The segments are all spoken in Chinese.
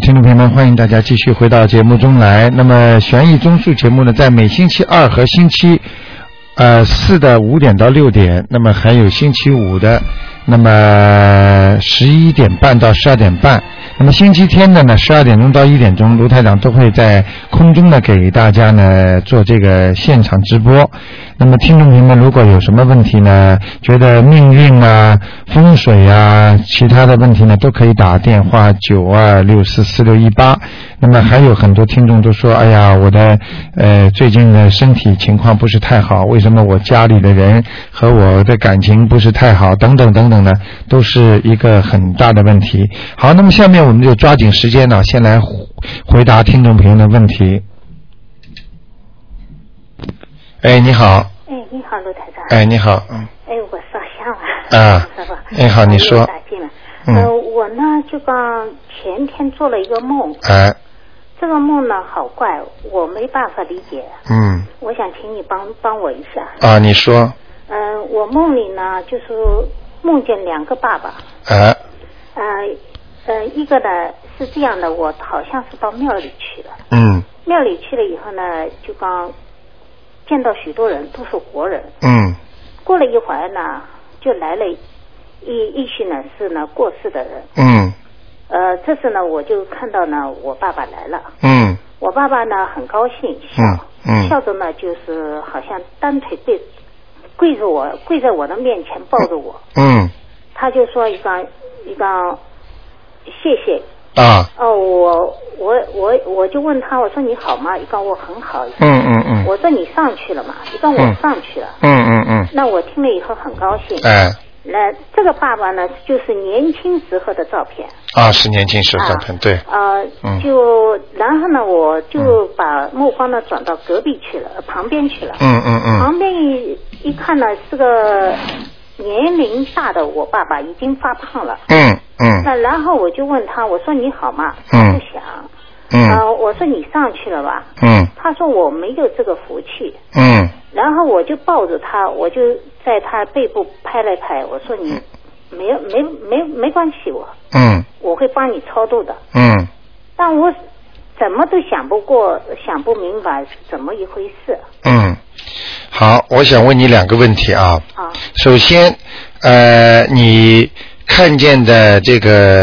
听众朋友们，欢迎大家继续回到节目中来。那么悬疑综述节目呢，在每星期二和星期4的5点到6点，那么还有星期五的那么11点半到12点半，那么星期天的呢12点钟到1点钟，卢台长都会在空中呢给大家呢做这个现场直播。那么听众朋友们如果有什么问题呢，觉得命运啊、风水啊、其他的问题呢，都可以打电话92644618。那么还有很多听众都说，哎呀，我的最近的身体情况不是太好，为什么我家里的人和我的感情不是太好，等等等等呢，都是一个很大的问题。好，那么下面我们就抓紧时间呢，先来回答听众朋友的问题。哎，你好。 哎，你好，卢台长。 哎，你好。 哎，我烧香了。 啊。你好，你说。 打进了。我呢就刚前天做了一个梦。 哎。 这个梦呢好怪，我没办法理解。我想请你帮我一下。 啊，你说。 我梦里呢就是梦见2个爸爸。一个呢是这样的，我好像是到庙里去了。庙里去了以后呢，就刚见到许多人都是活人。过了一会儿呢，就来了一群呢是呢过世的人。这次呢我就看到呢我爸爸来了。我爸爸呢很高兴笑着呢就是好像单腿跪在我的面前抱着我。他就说一个谢谢。我就问他，我说你好吗？一个我很好。我说你上去了吗？一个我上去了。那我听了以后很高兴。那这个爸爸呢，就是年轻时候的照片。 是年轻时候照片，对。 然后呢，我就把目光呢转到隔壁去了，旁边去了。旁边一看呢，是个年龄大的我爸爸，已经发胖了。那然后我就问他，我说你好吗？他不想。我说你上去了吧？他说我没有这个福气。然后我就抱着他，我就在他背部拍了拍，我说你没关系，我会帮你超度的。但我怎么都想不明白怎么一回事。 好，我想问你2个问题啊。首先你看见的这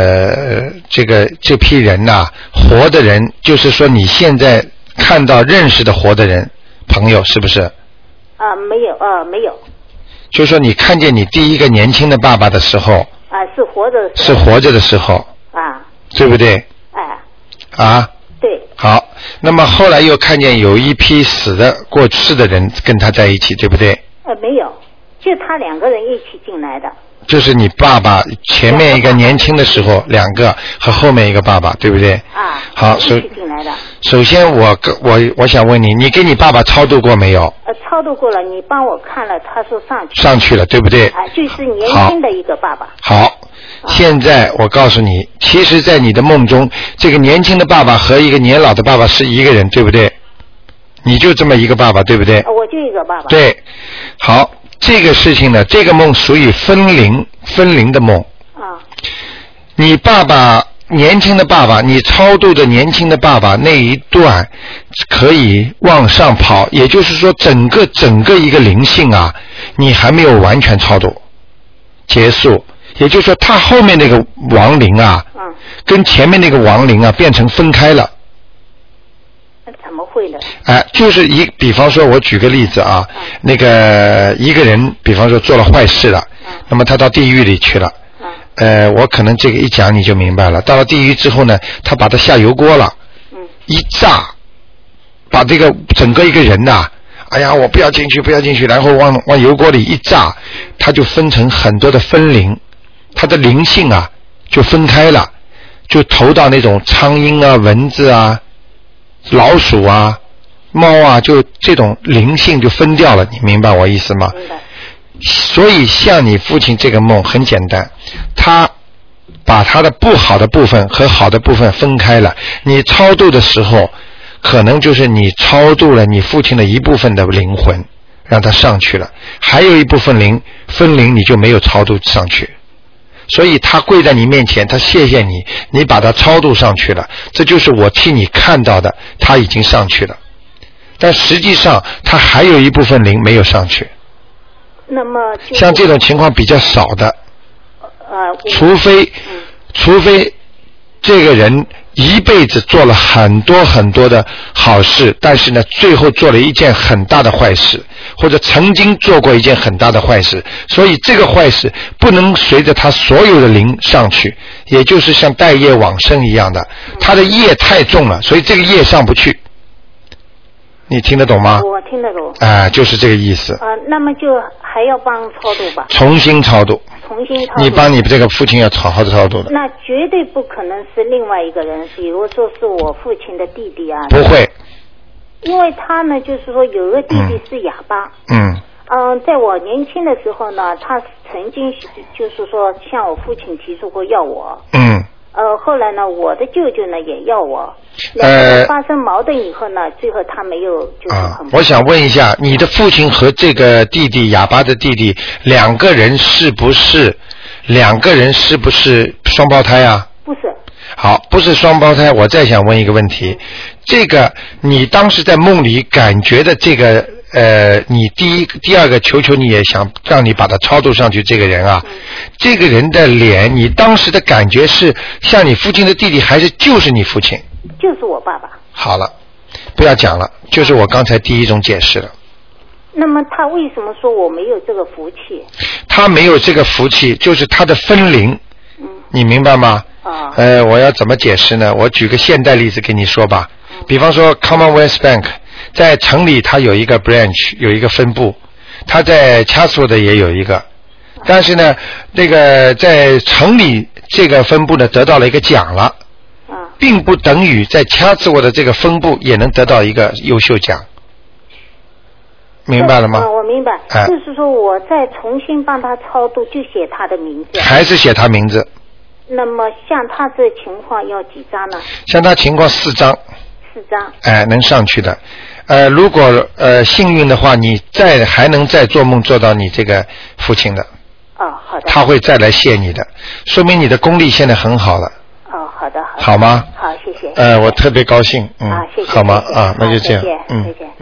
批人呐，活的人，就是说你现在看到认识的活的人朋友，是不是？没有。就是说你看见你第一个年轻的爸爸的时候。 是活着的时候。 是活着的时候。对不对？对。好，那么后来又看见有一批过世的人跟他在一起，对不对？ 没有，就他2个人一起进来的。 就是你爸爸前面一个年轻的时候2个和后面一个爸爸，对不对？好，一起进来的。首先我想问你，你给你爸爸超度过没有？超度过了，你帮我看了，他说上去了，对不对？ 就是年轻的一个爸爸。 好，现在我告诉你，其实在你的梦中，这个年轻的爸爸和一个年老的爸爸是一个人，对不对？你就这么一个爸爸，对不对？ 我就一个爸爸。 对，好，这个事情呢，这个梦属于分灵的梦。你爸爸年轻的爸爸，你超度的年轻的爸爸那一段可以往上跑，也就是说整个一个灵性啊，你还没有完全超度结束，也就是说他后面那个亡灵啊，跟前面那个亡灵啊变成分开了。 怎么会呢？ 就是比方说我举个例子啊，那个一个人比方说做了坏事了，那么他到地狱里去了。我可能这个一讲你就明白了。到了地狱之后呢，他把他下油锅了，一炸，把这个整个一个人呐，哎呀，我不要进去，然后往油锅里一炸，他就分成很多的分灵，他的灵性啊就分开了，就投到那种苍蝇啊、蚊子啊、老鼠啊、猫啊，就这种灵性就分掉了，你明白我意思吗？ 明白。 所以像你父亲这个梦很简单，他把他的不好的部分和好的部分分开了。你超度的时候，可能就是你超度了你父亲的一部分的灵魂，让他上去了，还有一部分分灵你就没有超度上去。 所以他跪在你面前，他谢谢你，你把他超度上去了，这就是我替你看到的，他已经上去了。但实际上他还有一部分灵没有上去。 那么像这种情况比较少的，除非这个人一辈子做了很多很多的好事，但是呢最后做了一件很大的坏事，或者曾经做过一件很大的坏事，所以这个坏事不能随着他所有的灵上去，也就是像带业往生一样的，他的业太重了，所以这个业上不去。你听得懂吗？ 我听得懂。 就是这个意思。 那么就还要帮超度吧？ 重新超度。你帮你这个父亲要好好的超度的。 那绝对不可能是另外一个人，比如说是我父亲的弟弟啊。 不会。 因为他呢，就是说有一个弟弟是哑巴。在我年轻的时候呢，他曾经就是说向我父亲提出过要我。后来呢，我的舅舅呢也要我。发生矛盾以后呢，最后他没有就是我想问一下，你的父亲和这个弟弟哑巴的弟弟两个人是不是双胞胎啊？ 不是。 好，不是双胞胎。我再想问一个问题，这个你当时在梦里感觉的这个你第二个求你也想让你把他超度上去这个人啊，这个人的脸你当时的感觉是像你父亲的弟弟还是就是你父亲？ 就是我爸爸。 好了，不要讲了，就是我刚才第一种解释了。 那么他为什么说我没有这个福气？ 他没有这个福气，就是他的分灵。你明白吗？我要怎么解释呢？我举个现代例子给你说吧。比方说 Commonwealth Bank 在城里它有一个 branch 有一个分部，它在掐索的也有一个，但是呢这个在城里这个分部呢得到了一个奖了，并不等于在掐索的这个分部也能得到一个优秀奖。明白了吗？ 我明白。就是说我再重新帮他超度，就写他的名字。 还是写他名字。 那么像他这情况要几张呢？像他情况4张。 4张。 能上去的。如果幸运的话，你还能再做梦做到你这个父亲的。 好的。 他会再来谢你的，说明你的功力现在很好了。 好的。 好吗？ 好，谢谢。 我特别高兴。 谢谢。 好吗？那就这样。 再见。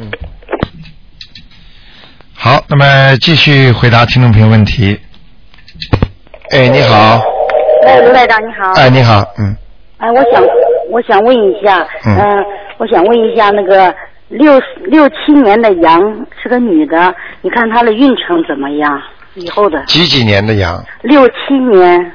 好，那么继续回答听众朋友问题。你好。 卢台长你好。 你好。 我想问一下，我想问一下那个67年的羊是个女的，你看她的运程怎么样？以后的。 几年的羊 ？67年。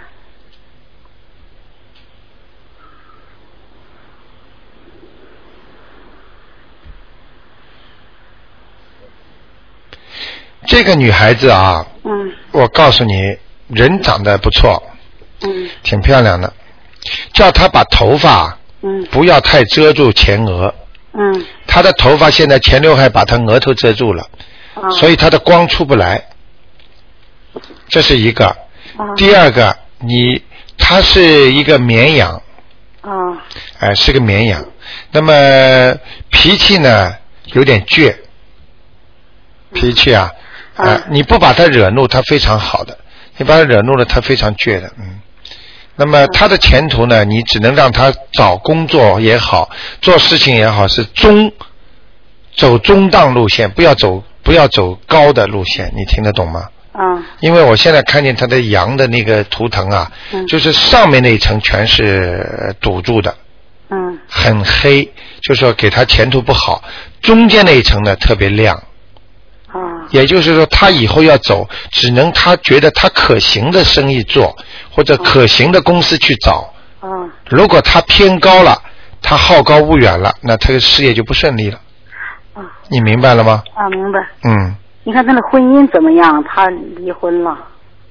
这个女孩子啊，我告诉你，人长得不错，挺漂亮的，叫她把头发，不要太遮住前额，她的头发现在前刘海把她额头遮住了，所以她的光出不来，这是一个。第二个，她是一个绵羊，是个绵羊，那么脾气呢有点倔，脾气啊。你不把他惹怒，他非常好的；你把他惹怒了，他非常倔的。那么他的前途呢？你只能让他找工作也好，做事情也好，是走中档路线，不要走高的路线。你听得懂吗？因为我现在看见他的羊的那个图腾啊，就是上面那一层全是堵住的，很黑，就说给他前途不好。中间那一层呢特别亮。也就是说他以后要走，只能他觉得他可行的生意做，或者可行的公司去找。如果他偏高了，他好高骛远了，那他的事业就不顺利了。你明白了吗？ 明白。你看他的婚姻怎么样？他离婚了。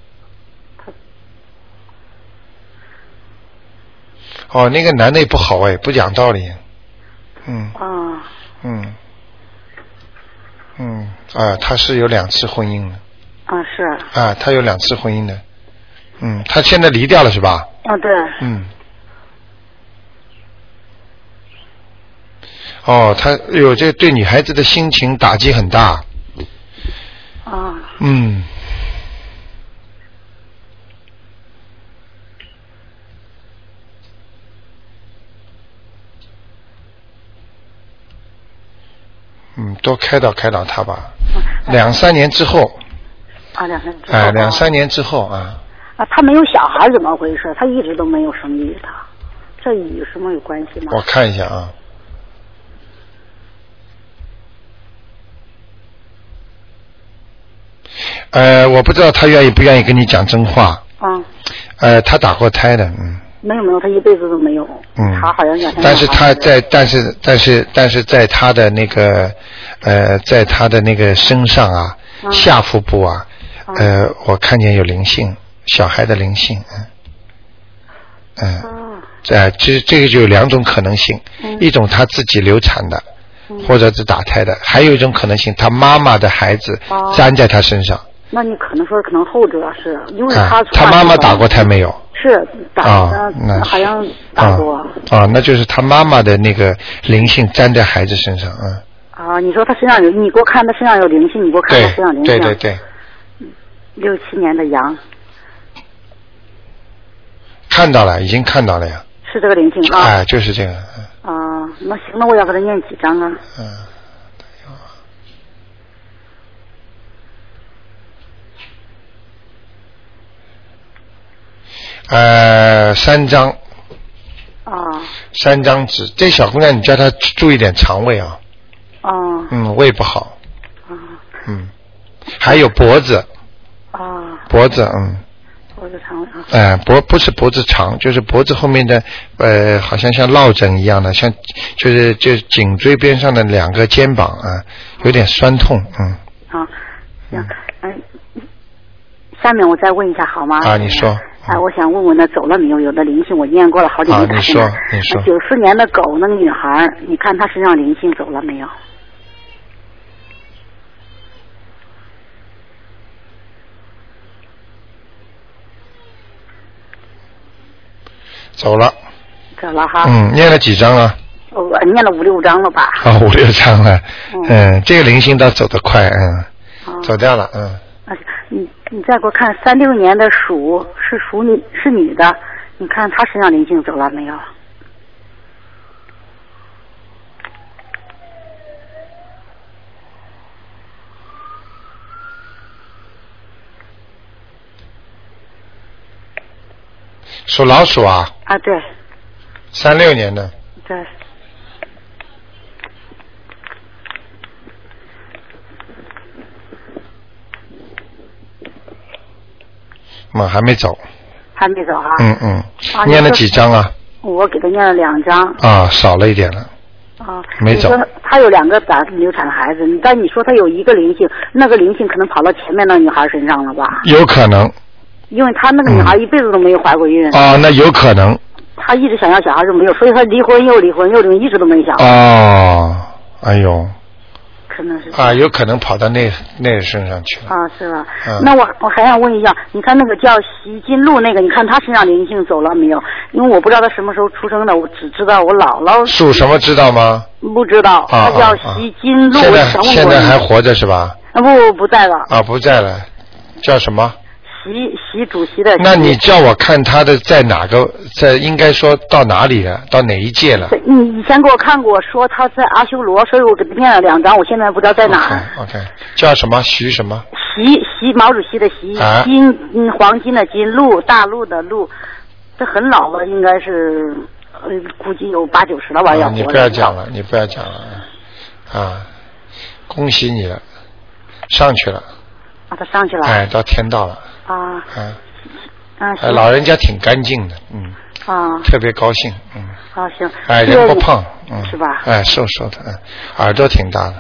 那个男的也不好不讲道理。他是有2次婚姻的。 是。 他有2次婚姻的。他现在离掉了是吧？ 对。 他这对女孩子的心情打击很大。 多开导他吧。2-3年之后。 啊，2-3年之后。 2-3年之后啊。 啊，他没有小孩怎么回事？他一直都没有生育他，这有什么有关系吗？ 我看一下啊。我不知道他愿意不愿意跟你讲真话。他打过胎的， 没有，他一辈子都没有。他好像讲。 但是他在他的那个在他的那个身上啊，下腹部啊，我看见有灵性，小孩的灵性，这个就有2种可能性，一种他自己流产的，或者是打胎的，还有一种可能性，他妈妈的孩子粘在他身上。 那你可能说可能后者是因为他妈妈打过胎没有？ 是打好像打过。 那就是他妈妈的那个灵性粘在孩子身上， 你说他身上有，你给我看他身上有灵性，你给我看他身上灵性。 对。 67年的羊。 看到了，已经看到了呀。 是这个灵性啊？ 就是这个。 那行，那我要给他念几张啊 ？3张。3张纸。这小姑娘，你叫她注意点肠胃啊。胃不好。还有脖子。脖子， 脖子长不是脖子长，就是脖子后面的好像落枕一样的，像就是颈椎边上的2个肩膀有点酸痛。 行，下面我再问一下好吗？ 你说。 我想问问那走了没有？有的灵性我念过了好几遍。 你说。 94年的狗那个女孩，你看她身上灵性走了没有？ 走了哈。 念了几张啊？ 我念了5-6张了吧。 5-6张了。这个灵性倒走得快，走掉了。 你再给我看36年的鼠是女的，你看她身上灵性走了没有？ 属老鼠啊？ 对。 36年的。 对。 还没走。 还没走啊？ 念了几张啊？ 我给他念了2张。 少了一点了。没走。 你说他有2个流产的孩子，但你说他有一个灵性，那个灵性可能跑到前面那女孩身上了吧？ 有可能。 因为他那个女孩一辈子都没有怀过孕。 那有可能。 他一直想要小孩就没有，所以他离婚又离婚，一直都没想。 哎呦。 可能是。 有可能跑到那身上去了。 是吧？那我还想问一下，你看那个叫席金禄那个，你看他身上灵性走了没有？因为我不知道他什么时候出生的，我只知道我姥姥。属什么知道吗？ 不知道。他叫席金禄。 现在还活着是吧？ 不在了。 不在了，叫什么？ 习主席的。 那你叫我看他的在哪个，应该说到哪里了？到哪一届了？ 你以前给我看过，说他在阿修罗，所以我给他念了2张，我现在不知道在哪。 OK， 叫什么？徐什么？ 毛主席的习，金黄金的金，大陆的陆，这很老了，应该是估计有80-90了吧，要活。 你不要讲了，恭喜你了，上去了。 他上去了。 到天道了。 行。 老人家挺干净的，特别高兴， 行。 人不胖， 是吧？ 瘦的，耳朵挺大的，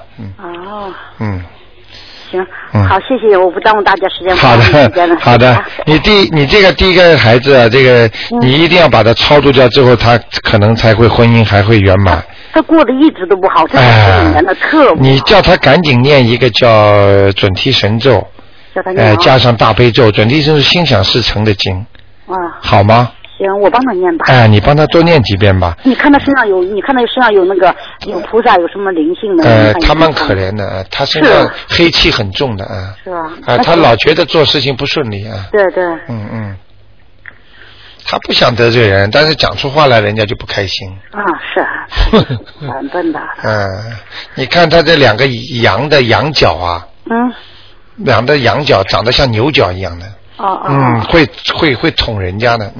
行，好，谢谢，我不耽误大家时间。 好的，你这个第一个孩子啊，这个你一定要把它超度掉之后，他可能才会婚姻还会圆满。 他过得一直都不好，这10年的特不好。 你叫他赶紧念一个叫准提神咒。加上大悲咒，准提神是心想事成的经，好吗？ 行，我帮他念吧。 你帮他多念几遍吧。 你看他身上有那个有菩萨，有什么灵性的？ 他蛮可怜的，他身上黑气很重的是吧？ 他老觉得做事情不顺利对。 他不想得罪人，但是讲出话来人家就不开心。 啊，是啊，很笨的。 你看他这两个羊的羊角啊，两个羊角长得像牛角一样的。会捅人家的，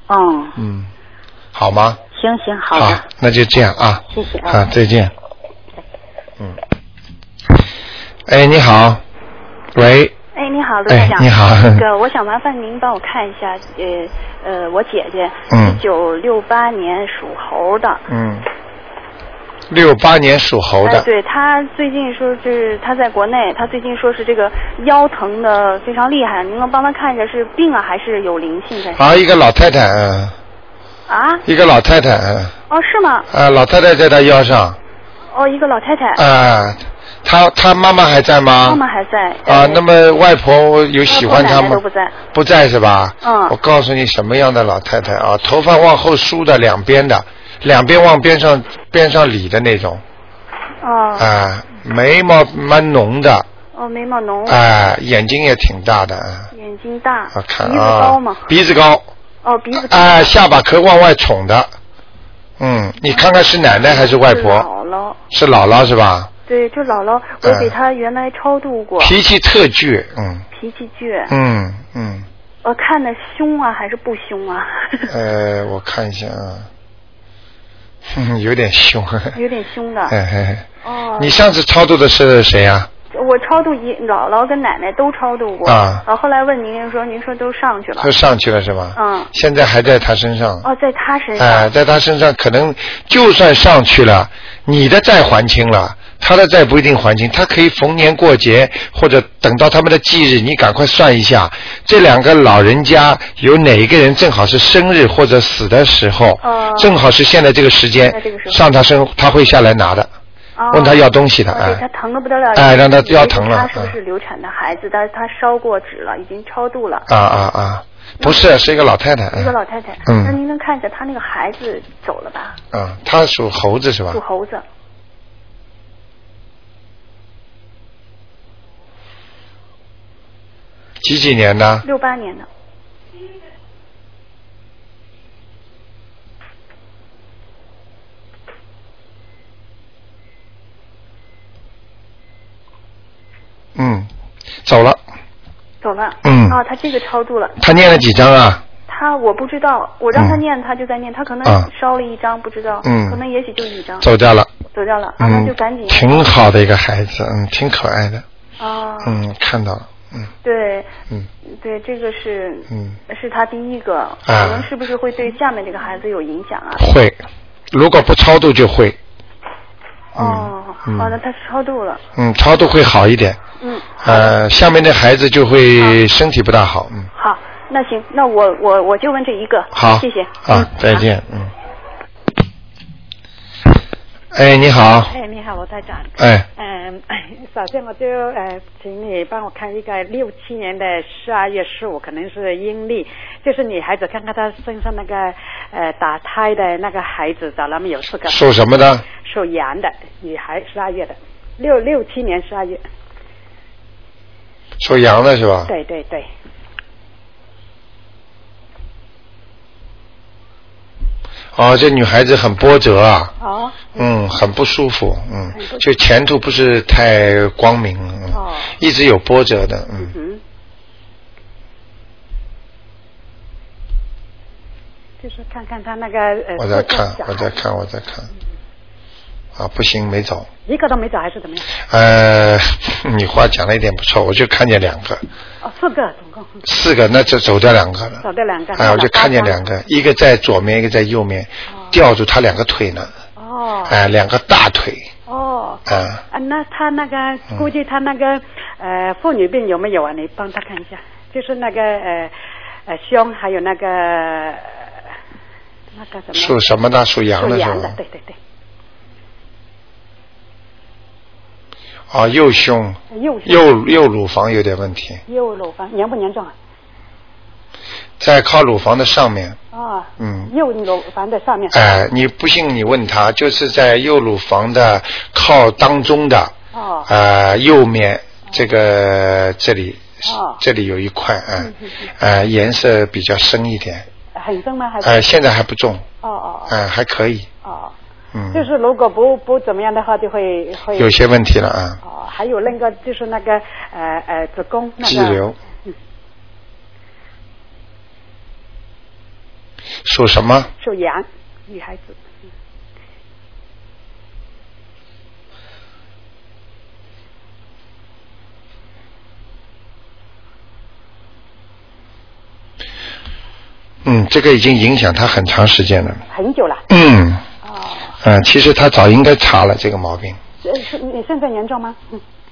好吗？ 行，好的。 好，那就这样啊。 谢谢啊。 好，再见。哎，你好，喂。 哎，你好，卢台长。 你好。 我想麻烦您帮我看一下，我姐姐，1968年属猴的。 68年属猴的。 对，她最近说就是她在国内，她最近说是这个腰疼的非常厉害，您能帮她看一下是病啊还是有灵性在？ 一个老太太，一个老太太， 是吗？ 老太太在她腰上。 一个老太太。 她妈妈还在吗？ 妈妈还在。 那么外婆有喜欢她吗？ 奶奶都不在。 不在是吧？我告诉你什么样的老太太啊，头发往后梳的，两边往边上理的那种。眉毛蛮浓的。 眉毛浓。 眼睛也挺大的。 眼睛大。 我看鼻子高吗？ 鼻子高。 鼻子高。 下巴壳往外冲的。你看看是奶奶还是外婆？是姥姥是吧？ 对，就姥姥，我给她原来超度过。 脾气特倔， 脾气倔。看的凶啊还是不凶啊？我看一下啊。有点凶。 有点凶的。 你上次超度的是谁呀？ 我超度姥姥跟奶奶都超度过。后来问您说都上去了。 都上去了是吧？现在还在他身上。 在他身上。 在他身上可能就算上去了，你的债还清了，他的债不一定还清。他可以逢年过节或者等到他们的忌日，你赶快算一下，这两个老人家有哪一个人正好是生日或者死的时候，正好是现在这个时间，上他身他会下来拿的。问他要东西的。 对，他疼得不得了。 让他腰疼了。 他是不是流产的孩子？但是他烧过纸了，已经超度了。 不是，是一个老太太。 一个老太太。那您能看一下他那个孩子走了吧？ 他属猴子是吧？ 属猴子。 几年的 ？68年的。 走了。 他这个超度了。 他念了几张啊？ 我不知道，我让他念，他就在念，他可能烧了1张，不知道，可能也许就1张。 走掉了。 那就赶紧。 挺好的一个孩子，挺可爱的。看到了。 对。对，这个是他第一个，可能是不是会对下面这个孩子有影响啊？ 会，如果不超度就会。 好的，他超度了。 超度会好一点。下面的孩子就会身体不大好。 好，那行，那我就问这一个。 好， 谢谢。 再见。你好。 你好，罗台长。 首先我就请你帮我看一个67年的12月15，可能是阴历，就是女孩子，看看她身上那个打胎的那个孩子找了没有？4个。 属什么的？ 属羊的女孩，12月的，67年12月。 属羊的是吧？ 对对对。 这女孩子很波折啊。很不舒服。就前途不是太光明。一直有波折的。 就是看看她那个我在看。不行，没走。 一个都没走还是怎么样？ 你话讲了一点不错，我就看见2个。 4个总共。 4个，那就走掉2个了。 走掉2个。 我就看见2个，一个在左面，一个在右面，吊住他2个腿呢。2个大腿。 那他那个估计他那个妇女病有没有啊？你帮他看一下，就是那个胸还有那个什么。 属什么的？属羊的是吧？ 属羊的，对对对。 右胸。右乳房有点问题。 右乳房严不严重啊？ 在靠乳房的上面。 右乳房的上面。 你不信你问他，就是在右乳房的靠当中的。右面这里有一块，颜色比较深一点。 很重吗？还是？ 现在还不重。 哦。 还可以。 哦。就是如果不怎么样的话，就会有些问题了啊。 哦，还有那个就是那个子宫那个肌瘤。属什么？ 属羊，女孩子。 这个已经影响他很长时间了。 很久了。 其实他早应该查了这个毛病。 你现在严重吗？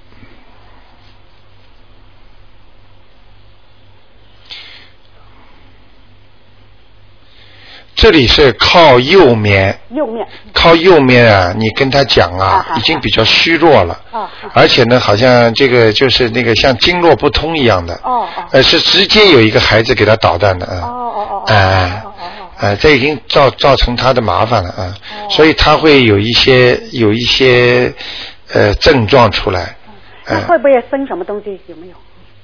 这里是靠右面。靠右面啊，你跟他讲已经比较虚弱了。而且呢，好像这个就是那个像经络不通一样的。是直接有一个孩子给他捣蛋的这已经造成他的麻烦了所以他会有一些症状出来。 那会不会生什么东西？有没有？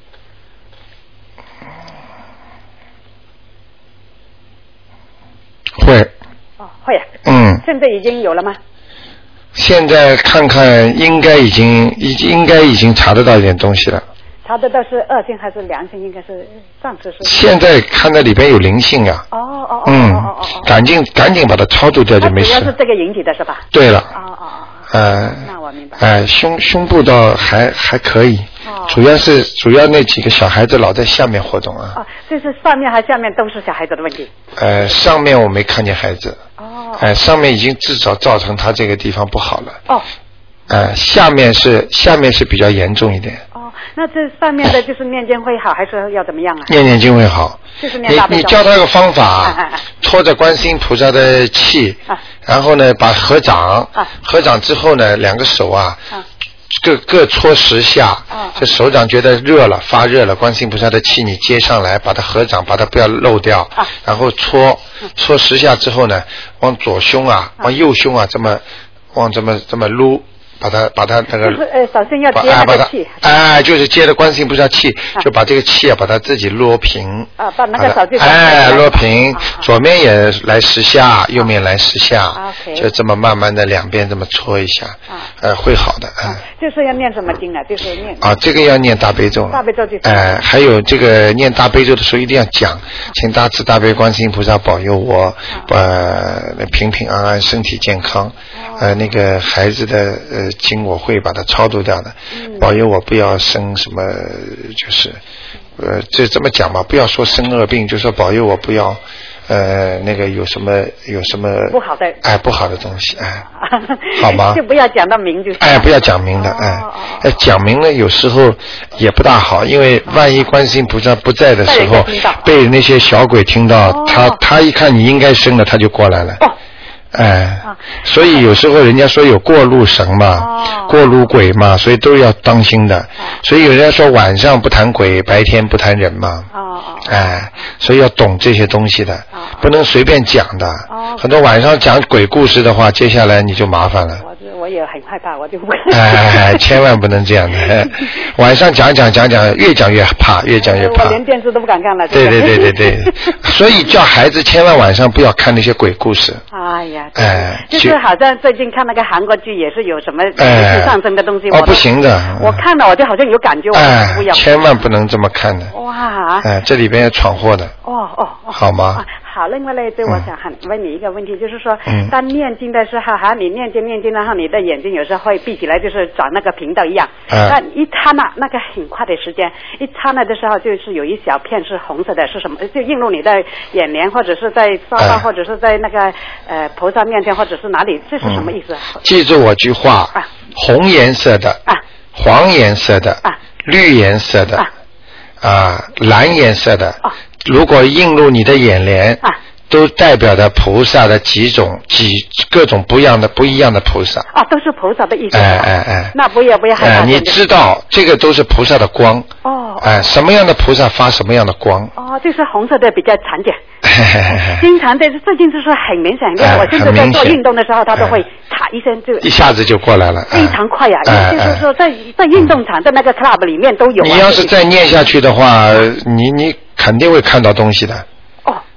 会。 会。现在已经有了吗？ 现在看看，应该已经查得到一点东西了。 查得到是恶性还是良性？应该是上次是。现在看到里边有灵性呀。赶紧把它超度掉就没事。 主要是这个引起的是吧？ 对了。 那我明白。 胸部倒还可以。主要那几个小孩子老在下面活动就是上面还下面都是小孩子的问题。 上面我没看见孩子。上面已经至少造成他这个地方不好了。下面是比较严重一点。 那这上面的就是念经会好，还是要怎么样啊？ 念经会好。 就是念大悲咒。 你教他个方法，搓着观世音菩萨的气，然后呢把合掌，合掌之后呢两个手各搓10下，这手掌觉得热了发热了，观世音菩萨的气你接上来，把它合掌，把它不要漏掉，然后搓10下之后呢，往左胸往右胸往这么撸。把它那个就是首先要接那个气， 就是接了观世音菩萨气，就把这个气把它自己撸平， 把那个手就撸平，左面也来10下，右面来10下，就这么慢慢的两边这么搓一下，会好的。 就是要念什么经啊？就是念这个要念大悲咒， 大悲咒就还有这个念大悲咒的时候一定要讲，请大慈大悲观世音菩萨保佑我平平安安身体健康，那个孩子的经我会把它超度掉的，保佑我不要生什么就是这么讲吧，不要说生恶病，就说保佑我不要那个有什么不好的不好的东西好吗？ 就不要讲到明就是不要讲明的讲明了有时候也不大好，因为万一观世音菩萨不在的时候被那些小鬼听到，他一看你应该生了，他就过来了。所以有时候人家说有过路神嘛，过路鬼嘛，所以都要当心的。所以有人家说晚上不谈鬼，白天不谈人嘛。所以要懂这些东西的，不能随便讲的。很多晚上讲鬼故事的话，接下来你就麻烦了。 我也很害怕，我就不。 千万不能这样的。晚上讲，越讲越怕，越讲越怕。 我连电视都不敢看了。 对。所以叫孩子千万晚上不要看那些鬼故事。 哎呀，就是好像最近看那个韩国剧，也是有什么上升的东西。 不行的。 我看了，我就好像有感觉，我不要。 千万不能这么看的。 哇。 这里边要闯祸的。好吗？ 好，另外呢，我想问你一个问题，就是说，当念经的时候，你念经，然后你的眼睛有时候会闭起来，就是转那个频道一样。那一刹那，那个很快的时间，一刹那的时候，就是有一小片是红色的，是什么？就映入你的眼帘，或者是在沙发，或者是在那个菩萨面前，或者是哪里，这是什么意思？ 记住我句话红颜色的黄颜色的绿颜色的蓝颜色的。如果映入你的眼帘，都代表着菩萨的各种不一样的菩萨。 都是菩萨的意思。那不要害怕。 你知道这个都是菩萨的光。什么样的菩萨发什么样的光。 就是红色的比较常见。经常的最近就是很明显，我现在在做运动的时候，它都会嚓一声就一下子就过来了， 非常快呀。就是说在运动场的那个 club 里面都有。 你要是再念下去的话，你肯定会看到东西的。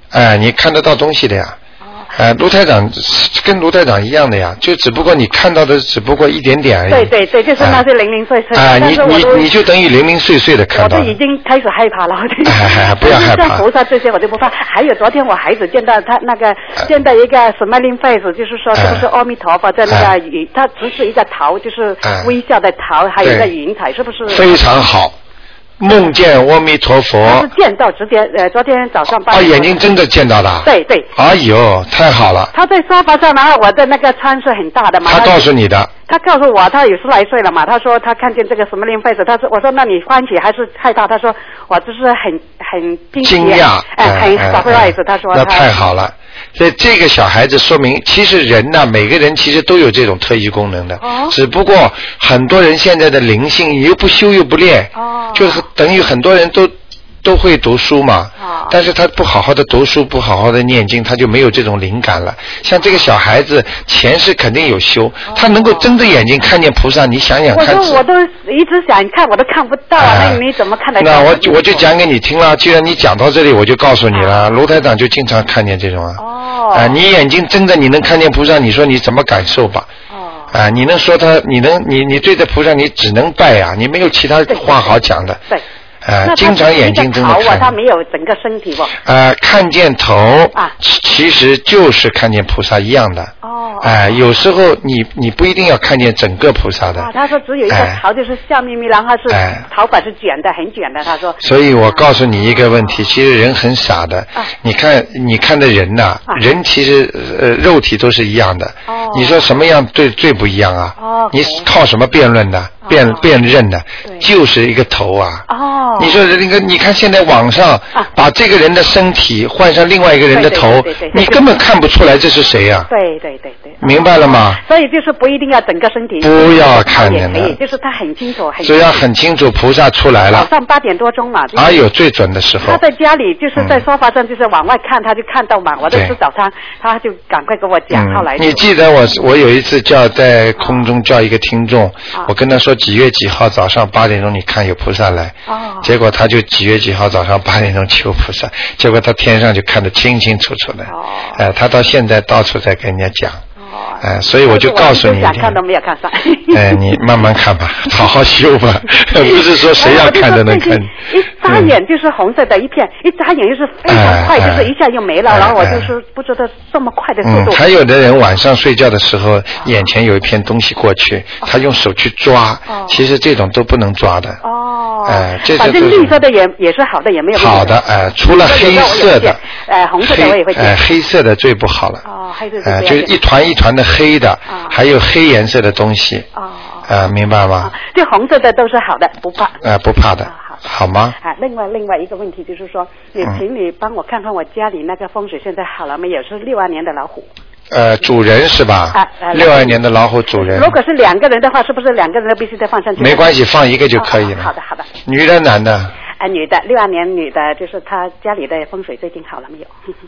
你看得到东西的呀。卢台长跟卢台长一样的呀，就只不过你看到的只不过一点点而已。 对对对，就是那些零零碎碎。你就等于零零碎碎的看到。 我都已经开始害怕了。 不要害怕。 像菩萨这些我就不怕。还有昨天我孩子见到他那个见到一个 smiling face， 就是说是不是阿弥陀佛在那个他只是一个桃，就是微笑的桃，还有一个云彩，是不是？ 非常好。梦见阿弥陀佛， 他是见到昨天早上8点。 眼睛真的见到的。 对对。 哎呦，太好了。 他在沙发上，然后我的那个餐是很大的嘛。 他告诉你的。 他告诉我，他有10来岁了嘛。他说他看见这个什么灵face，我说那你欢喜还是害怕？他说我就是很惊讶， 很 surprise。他说那太好了。所以这个小孩子说明，其实人呢，每个人其实都有这种特异功能的，只不过很多人现在的灵性你又不修又不练，就是等于很多人都会读书嘛，但是他不好好的读书，不好好的念经，他就没有这种灵感了。像这个小孩子前世肯定有修，他能够睁着眼睛看见菩萨，你想想看。 我都一直想看，我都看不到啊，那你怎么看得到？ 那我就讲给你听了，既然你讲到这里，我就告诉你了，卢台长就经常看见这种你眼睛睁着你能看见菩萨，你说你怎么感受吧？你能说他，你对着菩萨你只能拜啊，你没有其他话好讲的。 对。 经常眼睛睁着看。 他没有整个身体不？ 看见头其实就是看见菩萨一样的。有时候你不一定要看见整个菩萨的。 他说只有一个头，就是笑眯眯，然后是头发是卷的，很卷的。他说。 所以我告诉你一个问题，其实人很傻的。你看的人呐，人其实肉体都是一样的。你说什么样最不一样啊？你靠什么辩论的？辨认的，就是一个头啊。你说你看现在网上把这个人的身体换上另外一个人的头，你根本看不出来这是谁呀。 对。 明白了吗？ 所以就是不一定要整个身体。 不要看见的。 就是他很清楚。 只要很清楚菩萨出来了。 早上8点多钟嘛。 最准的时候。 他在家里就是在沙发上，就是往外看，他就看到嘛。我在吃早餐，他就赶快跟我讲。后来。 你记得我有一次在空中叫一个听众，我跟他说几月几号早上8点钟你看有菩萨来。结果他就几月几号早上8点钟求菩萨，结果他天上就看得清清楚楚的。他到现在到处在跟人家讲。所以我就告诉你， 想看都没有看上。 你慢慢看吧，好好修吧，不是说谁要看都能看。 一眨眼就是红色的一片，一眨眼又是非常快，就是一下就没了。然后我就是不知道这么快的速度。 还有的人晚上睡觉的时候，眼前有一片东西过去，他用手去抓，其实这种都不能抓的。 反正绿色的也是好的，也没有好的。除了黑色的， 红色的我也会见。 黑色的最不好了。 黑色就是一团一团的黑的，还有黑颜色的东西。明白吗？ 就红色的都是好的，不怕。 不怕的。好吗？ 另外一个问题就是说，请你帮我看看我家里那个风水现在好了没有？是62年的老虎。 主人是吧？62年的老虎主人。 如果是2个人的话，是不是2个人都必须得放上去？ 没关系，放一个就可以了。 好的。 女的男的？ 女的，62年女的，就是她家里的风水最近好了没有？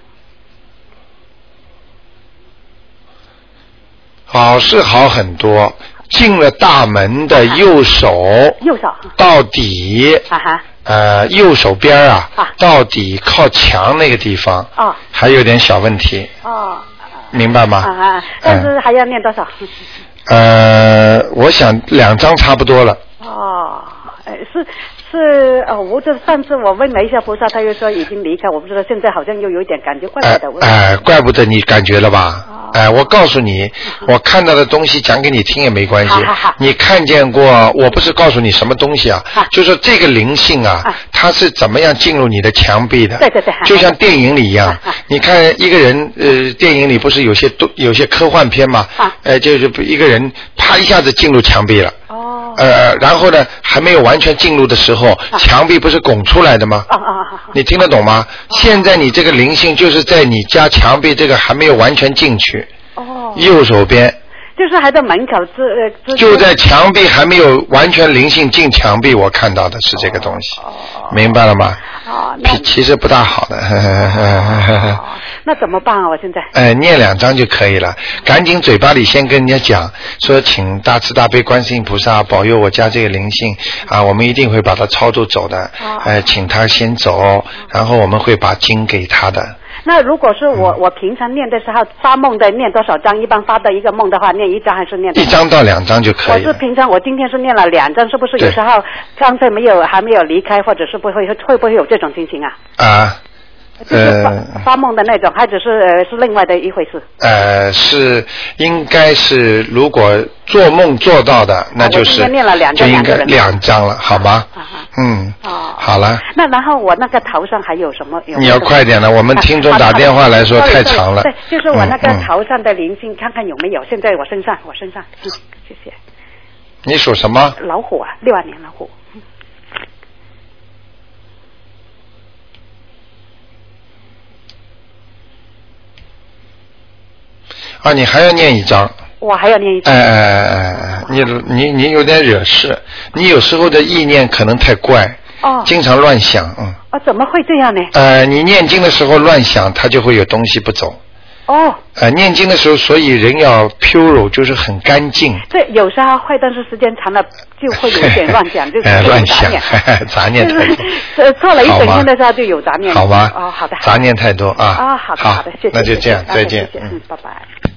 好是好很多，进了大门的右手到底右手边到底靠墙那个地方还有点小问题明白吗？ 但是还要念多少？ 我想2张差不多了。 是我这上次我问了一下菩萨，他又说已经离开，我不知道现在好像又有一点感觉怪怪的。 怪不得你感觉了吧？我告诉你，我看到的东西讲给你听也没关系。你看见过？我不是告诉你什么东西就是这个灵性它是怎么样进入你的墙壁的？ 对。 就像电影里一样，你看一个人电影里不是有些科幻片嘛？就是一个人啪一下子进入墙壁了。然后呢，还没有完全进入的时候，墙壁不是拱出来的吗？你听得懂吗？现在你这个灵性就是在你家墙壁这个还没有完全进去。右手边。 就是还在门口就在墙壁还没有完全灵性进墙壁，我看到的是这个东西。明白了吗？其实不大好的。 那怎么办我现在？ 念2张就可以了。赶紧嘴巴里先跟人家讲，说请大慈大悲观世音菩萨保佑我家这个灵性我们一定会把它超度走的。请他先走，然后我们会把经给他的。 那如果是我平常念的时候发梦的念多少章？一般发的一个梦的话，念1章还是念 1章到2章就可以了。 我是平常我今天是念了2章，是不是有时候刚才还没有离开，或者是会不会有这种情形啊？就是发梦的那种，还只是另外的一回事。 是应该是，如果做梦做到的，那就是念了2章， 就应该2章了，好吗？好了。 那然后我那个头上还有什么？ 你要快点了，我们听众打电话来说太长了。 对，就是我那个头上的灵性，看看有没有。现在我身上，谢谢。 你属什么？ 老虎啊，62年老虎。 你还要念1章。 我还要念1章。 你有点惹事，你有时候的意念可能太怪，经常乱想， 怎么会这样呢？ 你念经的时候乱想，它就会有东西不走。念经的时候，所以人要 pure， 就是很干净。 对，有时候会，但是时间长了就会有点乱想，就是乱想，杂念太多。 做了一整天的时候就有杂念。 好吧。 好的。 杂念太多啊。 好的，谢谢。 那就这样，再见。 拜拜。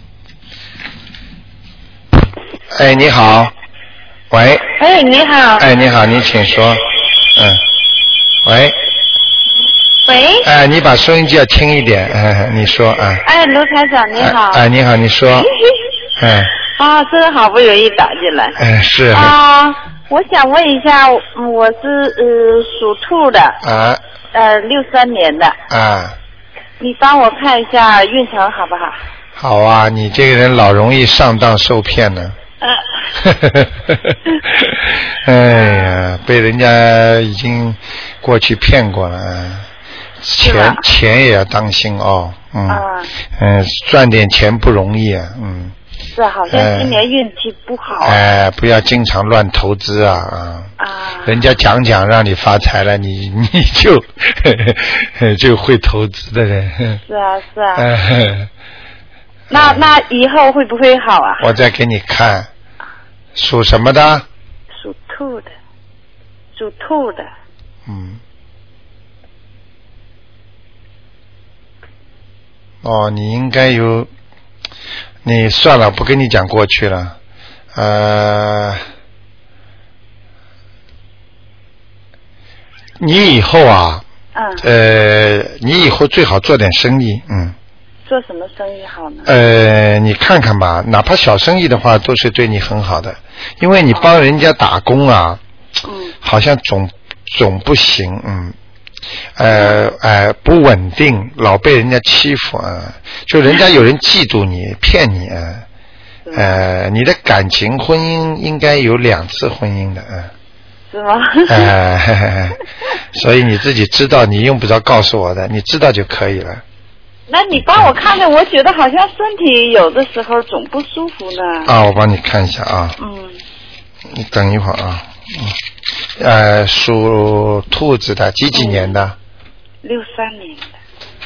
你好，喂。 你好。 你好，你请说。喂。 喂。 你把收音机要轻一点，你说啊。 卢台长你好。 你好，你说。 真的好不容易打进来。 是。 我想问一下，我是属兔的。63年的。你帮我看一下运程好不好？ 好啊，你这个人老容易上当受骗呢。哎呀，被人家已经过去骗过了，钱也要当心哦。赚点钱不容易啊。 是，好像今年运气不好。 不要经常乱投资啊。人家讲让你发财了，你就会投资的人。 是啊。那以后会不会好啊？ 我再给你看，属什么的？ 属兔的。 你应该有，你算了，不跟你讲过去了。你以后啊，你以后最好做点生意， 做什么生意好呢？ 你看看吧，哪怕小生意的话，都是对你很好的，因为你帮人家打工啊，好像总不行，不稳定，老被人家欺负啊，就人家有人嫉妒你，骗你啊，你的感情婚姻应该有2次婚姻的， 是吗？ 所以你自己知道，你用不着告诉我的，你知道就可以了。 那你帮我看看，我觉得好像身体有的时候总不舒服呢。 我帮你看一下啊。你等一会儿啊。属兔子的，几年的 ？63年的。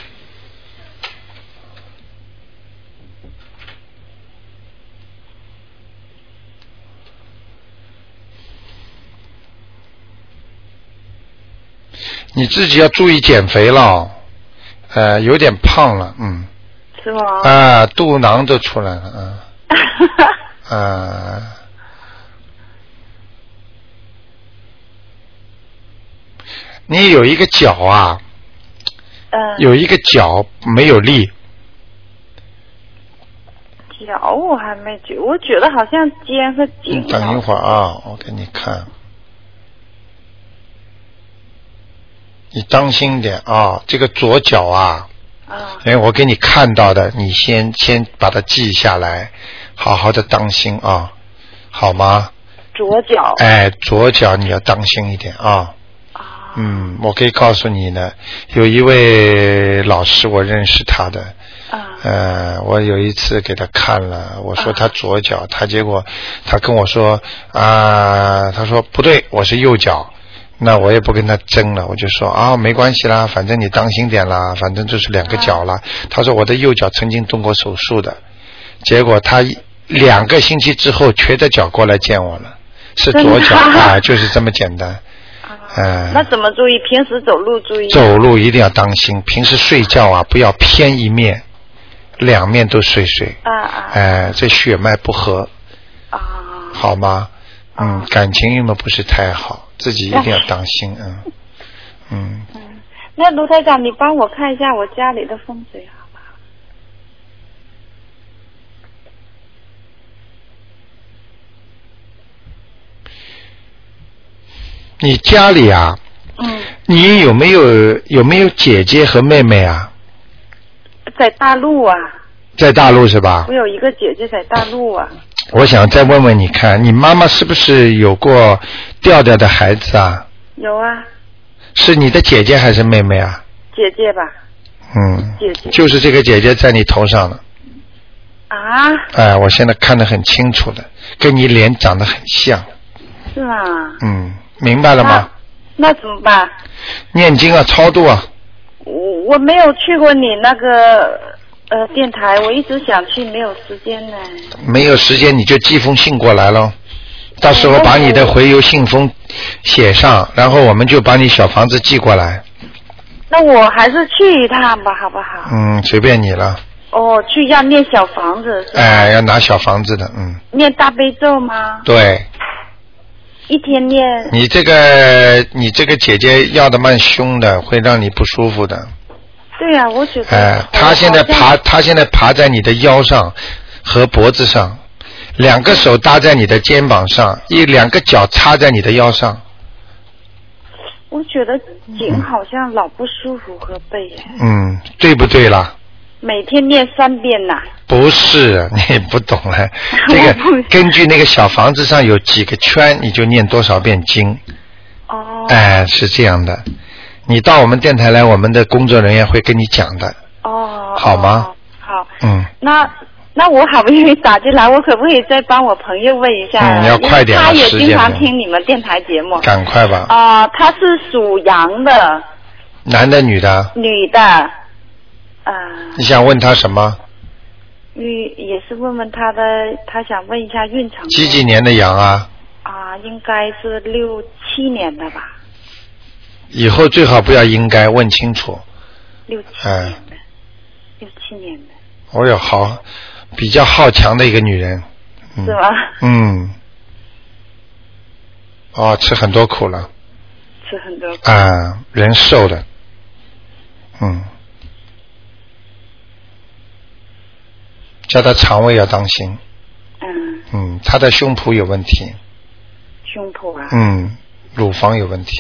你自己要注意减肥了，有点胖了， 是吗？ 肚囊都出来了，你有一个脚啊，有一个脚没有力。 脚我还没觉，我觉得好像肩和颈。 等一会儿啊，我给你看。你当心点啊，这个左脚啊，我给你看到的，你先把它记下来，好好的当心啊，好吗？ 左脚。 左脚你要当心一点啊。我可以告诉你呢，有一位老师，我认识他的。我有一次给他看了，我说他左脚，结果他跟我说他说不对，我是右脚。那我也不跟他争了，我就说没关系啦，反正你当心点啦，反正就是2个脚啦。他说我的右脚曾经动过手术的，结果他2个星期之后瘸着脚过来见我了，是左脚就是这么简单。 那怎么注意？平时走路注意？ 走路一定要当心，平时睡觉啊不要偏一面，两面都睡。这血脉不和。好吗？感情运嘛不是太好，自己一定要当心。 那卢台长，你帮我看一下我家里的风水好不好？ 你家里啊？你有没有姐姐和妹妹啊？ 在大陆啊。 在大陆是吧？ 我有一个姐姐在大陆啊。 我想再问问你看，你妈妈是不是有过掉的孩子啊？ 有啊。 是你的姐姐还是妹妹啊？ 姐姐吧。姐姐。就是这个姐姐在你头上了。 啊？ 我现在看得很清楚的，跟你脸长得很像。 是吗？ 明白了吗？ 那怎么办？ 念经啊，超度啊。 我没有去过你那个电台，我一直想去，没有时间呢。 没有时间你就寄封信过来咯，到时候把你的回邮信封写上，然后我们就把你小房子寄过来。 那我还是去一趟吧，好不好？ 随便你了。 去要念小房子是吧？ 要拿小房子的。 念大悲咒吗？ 对。 一天念。 你这个姐姐要的蛮凶的，会让你不舒服的。 对呀，我觉得。 她现在爬在你的腰上和脖子上，两个手搭在你的肩膀上，两个脚插在你的腰上。 我觉得颈好像老不舒服和背。 对不对啦？ 每天念3遍呐。 不是，你不懂了。这个根据那个小房子上有几个圈，你就念多少遍经。是这样的。你到我们电台来，我们的工作人员会跟你讲的。好吗？ 好。那我好不容易打进来，我可不可以再帮我朋友问一下？ 要快点。 他也经常听你们电台节目。 赶快吧。 他是属羊的。 男的女的？ 女的。 你想问他什么？ 也是问问他的，他想问一下运程。 几年的羊啊？ 应该是6、7年的吧。 以后最好不要应该问清楚。 6、7年的。6、7年的。 比较好强的一个女人。 是吗？ 吃很多苦了。 吃很多苦。 人瘦的。叫他肠胃要当心。他的胸脯有问题。 胸脯啊？ 乳房有问题。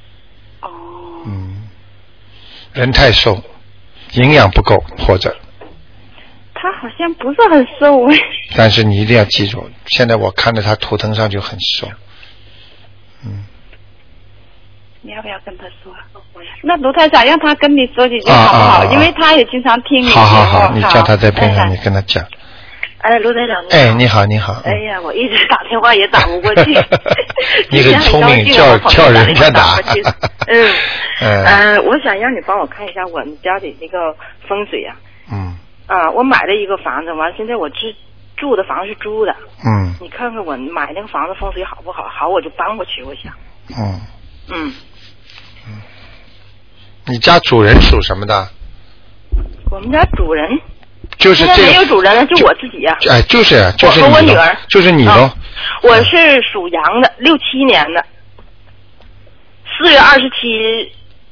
人太瘦，营养不够或者。 他好像不是很瘦。 但是你一定要记住，现在我看着他图腾上就很瘦。 你要不要跟他说？那卢台长让他跟你说几句好不好？因为他也经常听你。 好，你叫他在边上，你跟他讲。 卢台长。 你好。 哎呀，我一直打电话也打不过去。 你很聪明，叫人家打。 我想让你帮我看一下我们家里那个风水啊。我买了一个房子，完现在我住的房是租的。你看看我买那个房子风水好不好？好，我就搬过去，我想。 你家主人属什么的？ 我们家主人就是这个没有主人了，就我自己呀。 就是我和我女儿， 就是你喽。 我是属羊的，6、7年的，4月27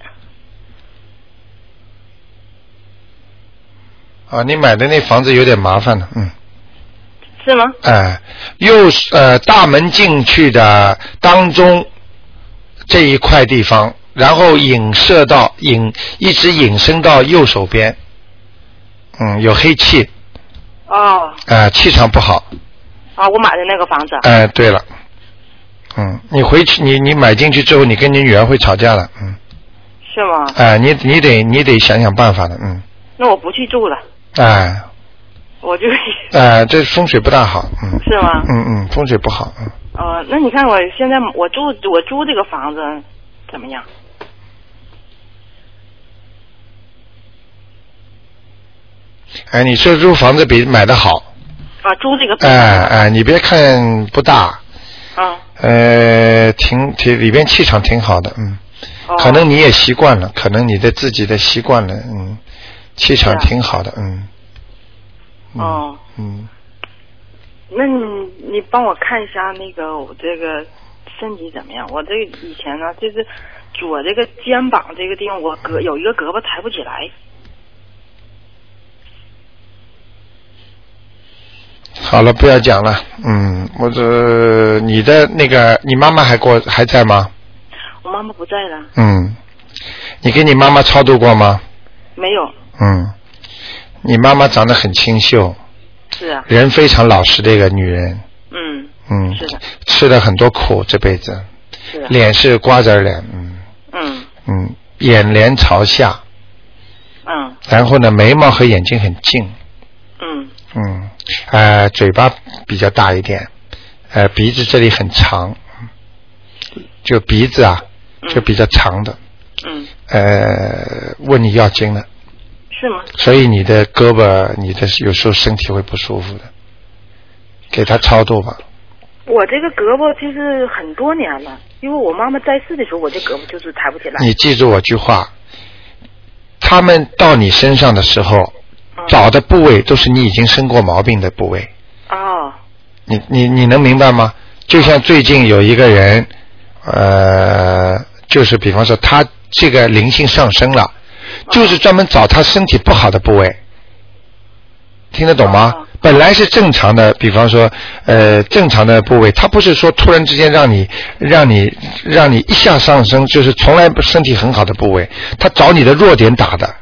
日。 你买的那房子有点麻烦了， 是吗？ 大门进去的当中这一块地方，然后一直引申到右手边，有黑气。气场不好。 我买的那个房子。 对了，你回去你买进去之后，你跟你女儿会吵架了， 是吗？ 你得想想办法的， 那我不去住了。我就。 这风水不大好， 是吗？ 风水不好， 那你看我现在我租这个房子怎么样？ 你说租房子比买的好。 租这个。 你别看不大。 里边气场挺好的，可能你也习惯了，可能你的自己的习惯了，气场挺好的， 那你帮我看一下那个我这个身体怎么样？我这个以前呢，就是左这个肩膀这个地方，我有一个胳膊抬不起来。 好了，不要讲了。你的那个，你妈妈还在吗？ 我妈妈不在了。 你给你妈妈超度过吗？ 没有。 你妈妈长得很清秀。 是啊。 人非常老实的一个女人。 是的。 吃了很多苦这辈子。 是。 脸是瓜子脸。眼帘朝下。然后呢，眉毛和眼睛很近。嘴巴比较大一点，鼻子这里很长，就鼻子啊，就比较长的。问你要经了。 是吗？ 所以你的胳膊，你的有时候身体会不舒服的，给他超度吧。 我这个胳膊就是很多年了，因为我妈妈在世的时候，我这胳膊就是抬不起来。 你记住我句话，他们到你身上的时候。找的部位都是你已经生过毛病的部位。你能明白吗？就像最近有一个人，就是比方说他这个灵性上升了，就是专门找他身体不好的部位，听得懂吗？本来是正常的，比方说正常的部位，他不是说突然之间让你一下上升，就是从来身体很好的部位，他找你的弱点打的。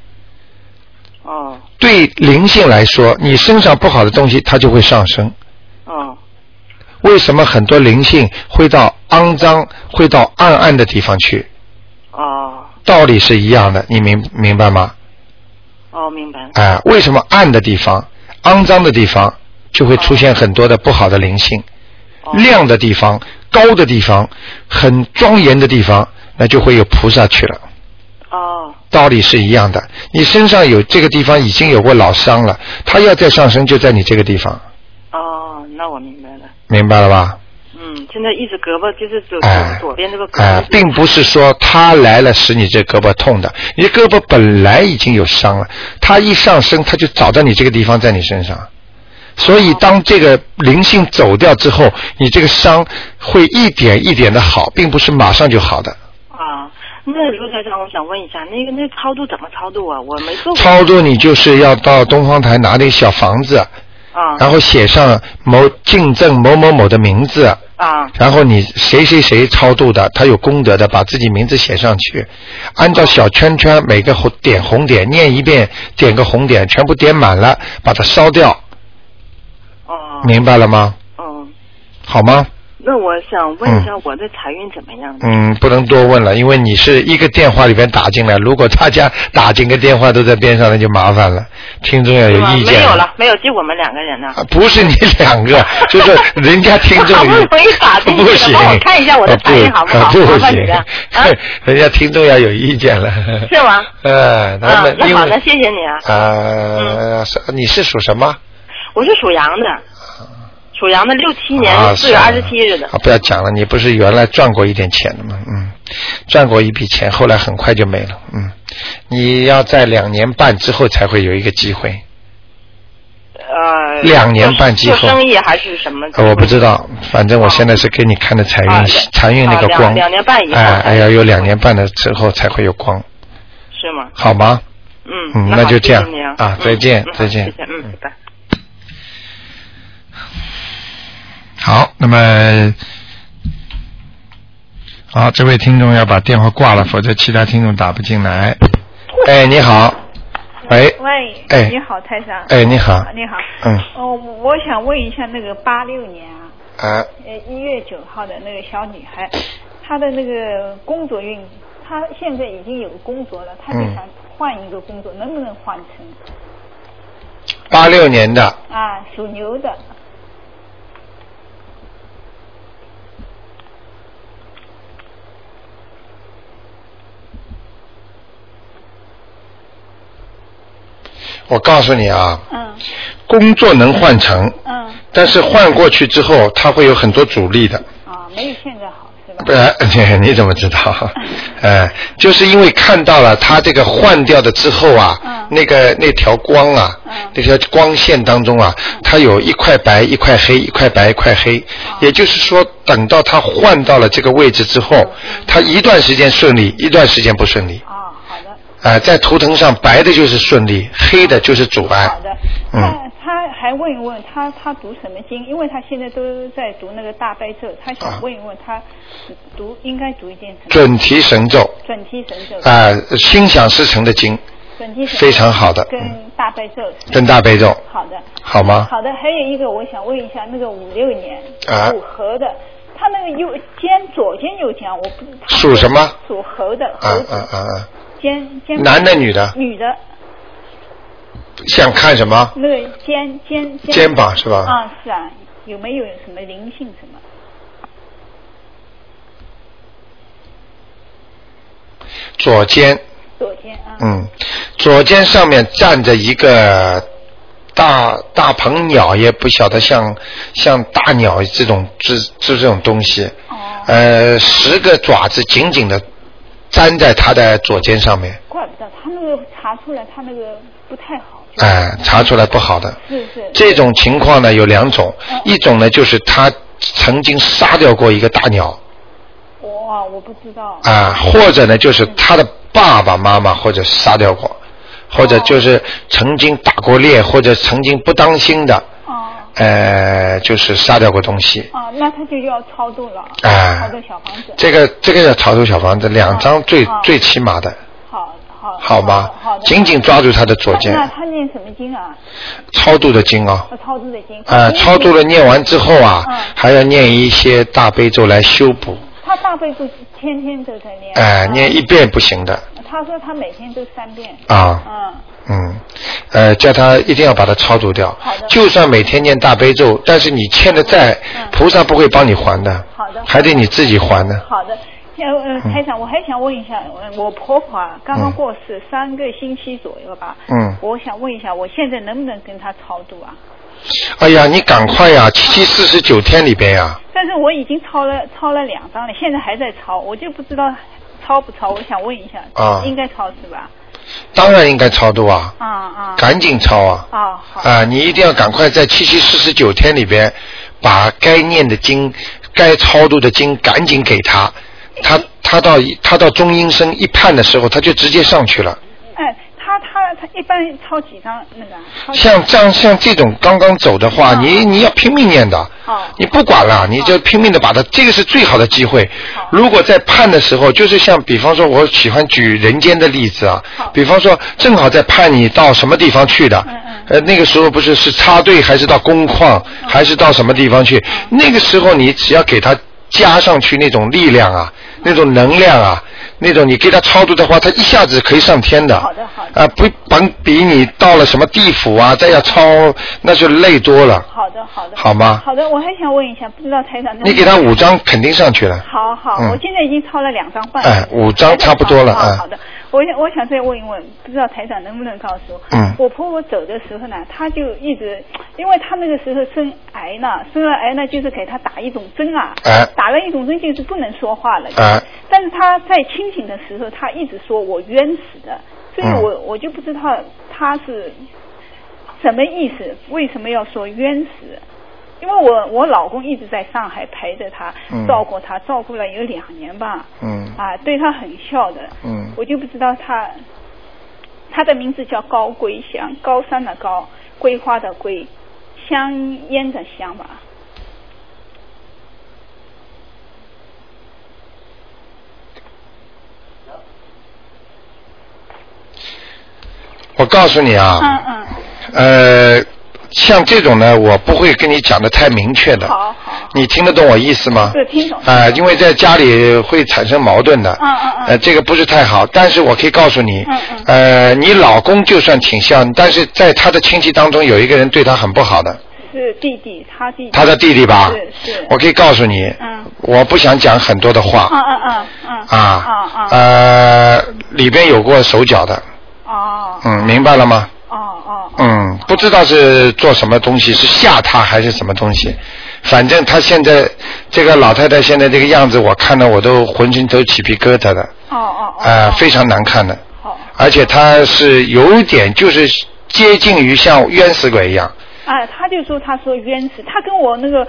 对灵性来说，你身上不好的东西它就会上升。为什么很多灵性会到肮脏，会到暗暗的地方去？道理是一样的，你明白吗？ 明白。 为什么暗的地方、肮脏的地方就会出现很多的不好的灵性？亮的地方、高的地方、很庄严的地方，那就会有菩萨去了。道理是一样的，你身上有这个地方已经有过老伤了，它要再上升就在你这个地方。 那我明白了。 明白了吧？ 现在一只胳膊就是左边这个胳膊。 并不是说它来了使你这胳膊痛的，你的胳膊本来已经有伤了，它一上升它就找到你这个地方在你身上，所以当这个灵性走掉之后，你这个伤会一点一点的好，并不是马上就好的。 那刘台长，我想问一下，那超度怎么超度啊？我没做过。 超度你就是要到东方台拿点小房子，然后写上敬赠某某某的名字，然后你谁超度的，他有功德的，把自己名字写上去，按照小圈圈每个点红点念一遍，点个红点，全部点满了，把它烧掉。明白了吗？好吗？ 那我想问一下，我的财运怎么样？ 不能多问了，因为你是一个电话里边打进来，如果大家打进个电话都在边上，那就麻烦了。听众要有意见。 没有，就我们两个人呢。 不是你两个，就是人家听众。 好不容易打进去， 不行， 帮我看一下我的财运好不好？ 不行，人家听众要有意见了。 是吗？ 那好的，谢谢你啊。 你是属什么？ 我是属羊的。属羊的67年4月27日的。 不要讲了，你不是原来赚过一点钱的吗？赚过一笔钱，后来很快就没了。你要在2年半之后才会有一个机会。2年半之后。 做生意还是什么？ 我不知道，反正我现在是给你看的财运那个光。 2年半以后。 要有2年半的之后才会有光。 是吗？ 好吗？那就这样再见，再见。 谢谢，拜拜。 好，那么好，这位听众要把电话挂了，否则其他听众打不进来。你好，喂， 你好，台长。 你好， 你好。我想问一下，那个86年1月9号的那个小女孩，她的那个工作运，她现在已经有工作了，她就想换一个工作，能不能换成 ？86年的。 属牛的。 我告诉你啊，工作能换成，但是换过去之后，它会有很多阻力的。 没有现在好。 不然你怎么知道？就是因为看到了它这个换掉的之后啊，那条光啊，那条光线当中啊，它有一块白一块黑，一块白一块黑，也就是说，等到它换到了这个位置之后，它一段时间顺利，一段时间不顺利。 好的。 在图腾上白的就是顺利，黑的就是阻碍。 好的。他还问一问他读什么经，因为他现在都在读那个大悲咒，他想问一问他应该读一件什么？ 准提神咒。 准提神咒。 心想事成的经。 准提神咒。 非常好的。 跟大悲咒。 跟大悲咒。 好的。 好吗？ 好的，还有一个我想问一下，那个56年属猴的，他那个左肩右肩，我不知道。 属什么？ 属猴的。肩男的女的？ 女的。 想看什么？ 那个肩膀是吧？ 是啊，有没有什么灵性什么？ 左肩左肩上面站着一个大鹏鸟，也不晓得像大鸟这种东西，10个爪子紧紧的粘在他的左肩上面。 怪不得他那个查出来，他那个不太好。 查出来不好的。 是。 这种情况呢有2种，一种呢就是他曾经杀掉过一个大鸟。 我不知道。 或者呢就是他的爸爸妈妈或者杀掉过，或者就是曾经打过猎，或者曾经不当心的。就是杀掉过东西。 那他就要超度了。超度小房子。 这个要超度小房子，2张最起码的。好吗？紧紧抓住他的左肩。 那他念什么经啊？ 超度的经啊。 超度的经。 超度了念完之后啊，还要念一些大悲咒来修补。 他大悲咒天天都在念。 念1遍不行的。 他说他每天都3遍。 叫他一定要把它超度掉。就算每天念大悲咒，但是你欠的债，菩萨不会帮你还的。 好的。 还得你自己还的。 好的。台长，我还想问一下，我婆婆刚刚过世3个星期左右吧。我想问一下，我现在能不能跟她超度啊？ 哎呀，你赶快呀，749天里边呀。 但是我已经超了2张了，现在还在超，我就不知道超不超，我想问一下。应该超是吧？ 当然应该超度啊。赶紧超啊。 好。 你一定要赶快在749天里边，把该念的经、该超度的经赶紧给他。他到中阴身一判的时候，他就直接上去了。 他一般抄几张那个？ 像这种刚刚走的话，你要拼命念的。你不管了，你就拼命的把它，这个是最好的机会。如果在判的时候，就是像比方说，我喜欢举人间的例子啊，比方说正好在判你到什么地方去的，那个时候不是插队还是到工矿，还是到什么地方去？那个时候你只要给他加上去那种力量啊，那种能量啊，那种你给他超度的话，他一下子可以上天的。 好的。 不比你到了什么地府啊，再要超那就累多了。 好的。 好吗？ 好的，我还想问一下，不知道台长。 你给他5张肯定上去了。 好，我现在已经超了2张半。 5张差不多了。 好的，我想再问一问，不知道台长能不能告诉我？我婆婆走的时候呢，她就一直，因为她那个时候生癌呢，就是给她打一种针啊，打了一种针就是不能说话了。但是她在清醒的时候，她一直说我冤死的，所以我就不知道她是什么意思，为什么要说冤死？因为我老公一直在上海陪着她，照顾她，照顾了有2年吧，对她很孝的，我就不知道她的名字叫高桂香，高山的高，桂花的桂，香烟的香吧。 我告诉你啊，像这种呢，我不会跟你讲的太明确的。 好。 你听得懂我意思吗？ 对，听懂。 因为在家里会产生矛盾的。这个不是太好，但是我可以告诉你，你老公就算挺像，但是在他的亲戚当中有一个人对他很不好的。 是弟弟， 他的弟弟吧？ 是。 我可以告诉你，我不想讲很多的话。里边有过手脚的。明白了吗？不知道是做什么东西，是吓他还是什么东西， 反正她现在这个老太太现在这个样子，我看到我都浑身都起皮疙瘩的。非常难看的。而且她是有点就是接近于像冤死鬼一样。 他就说他说冤死，他跟我那个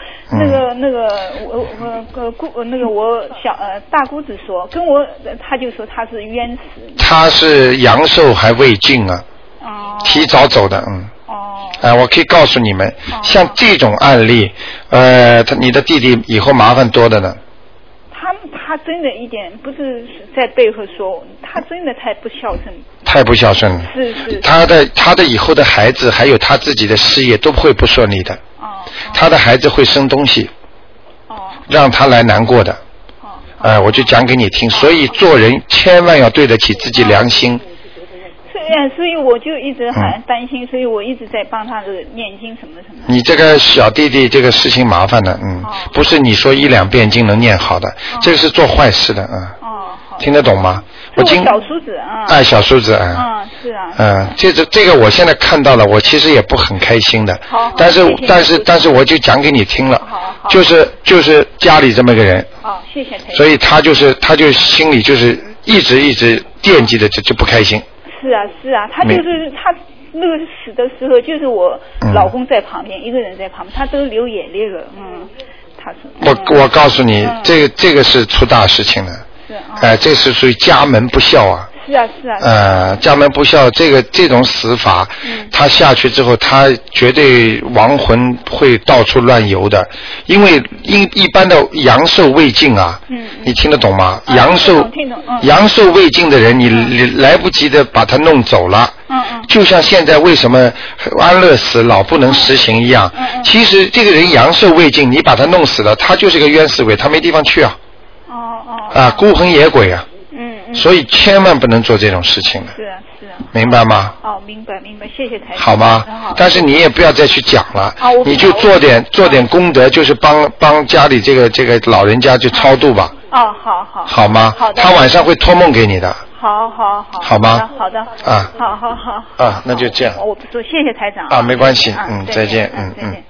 我大姑子说，跟我他就说他是冤死。 他是阳寿还未尽啊，提早走的，我可以告诉你们，像这种案例，你的弟弟以后麻烦多的呢。 他真的一点不是在背后说，他真的太不孝顺。 太不孝顺了。 是。 他的以后的孩子还有他自己的事业都会不顺利的。他的孩子会生东西。让他来难过的。我就讲给你听，所以做人千万要对得起自己良心。 所以我就一直很担心，所以我一直在帮他念经什么。 你这个小弟弟这个事情麻烦的，不是你说1-2遍经能念好的，这个是做坏事的，听得懂吗？ 我小叔子小叔子是啊。 这个我现在看到了，我其实也不很开心的，但是我就讲给你听了，就是家里这么个人， 谢谢。 所以他就心里就是一直惦记着就不开心。 是啊，他就是他那个死的时候，就是我老公在旁边，一个人在旁边，他都流眼泪了。他是。 我告诉你，这个是出大事情了。是这是属于家门不孝啊。 是啊。 家门不孝，这种死法，他下去之后，他绝对亡魂会到处乱游的，因为一般的阳寿未尽啊。你听得懂吗？阳寿未尽的人，你来不及的把他弄走了。就像现在为什么安乐死老不能实行一样，其实这个人阳寿未尽，你把他弄死了，他就是个冤死鬼，他没地方去啊。孤魂野鬼啊。所以千万不能做这种事情的。是啊。明白吗？ 明白，谢谢台长。 好吗？但是你也不要再去讲了，你就做点功德，就是帮家里这个老人家去超度吧。 好。 好吗？ 好的。 他晚上会托梦给你的。 好。 好吗？ 好的。 好。那就这样。 我不说，谢谢台长。 没关系。再见。 再见。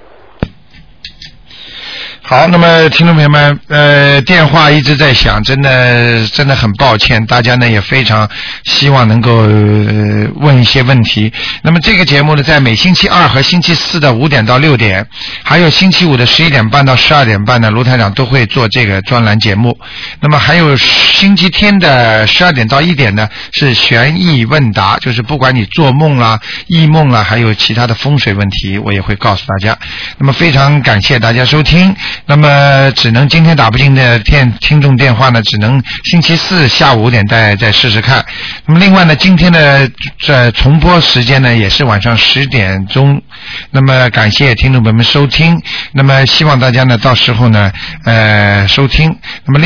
好，那么听众朋友们，电话一直在响，真的很抱歉，大家呢也非常希望能够问一些问题。那么这个节目呢，在每星期2和星期4的5点到6点，还有星期5的11点半到12点半呢，卢台长都会做这个专栏节目。那么还有星期天的12点到1点呢，是悬疑问答，就是不管你做梦啦、异梦啦，还有其他的风水问题，我也会告诉大家。那么非常感谢大家收听。那么只能今天打不进的听众电话呢，只能星期4下午5点再试试看。那么另外呢，今天的重播时间呢也是晚上10点钟。那么感谢听众朋友们收听。那么希望大家呢到时候呢收听。那么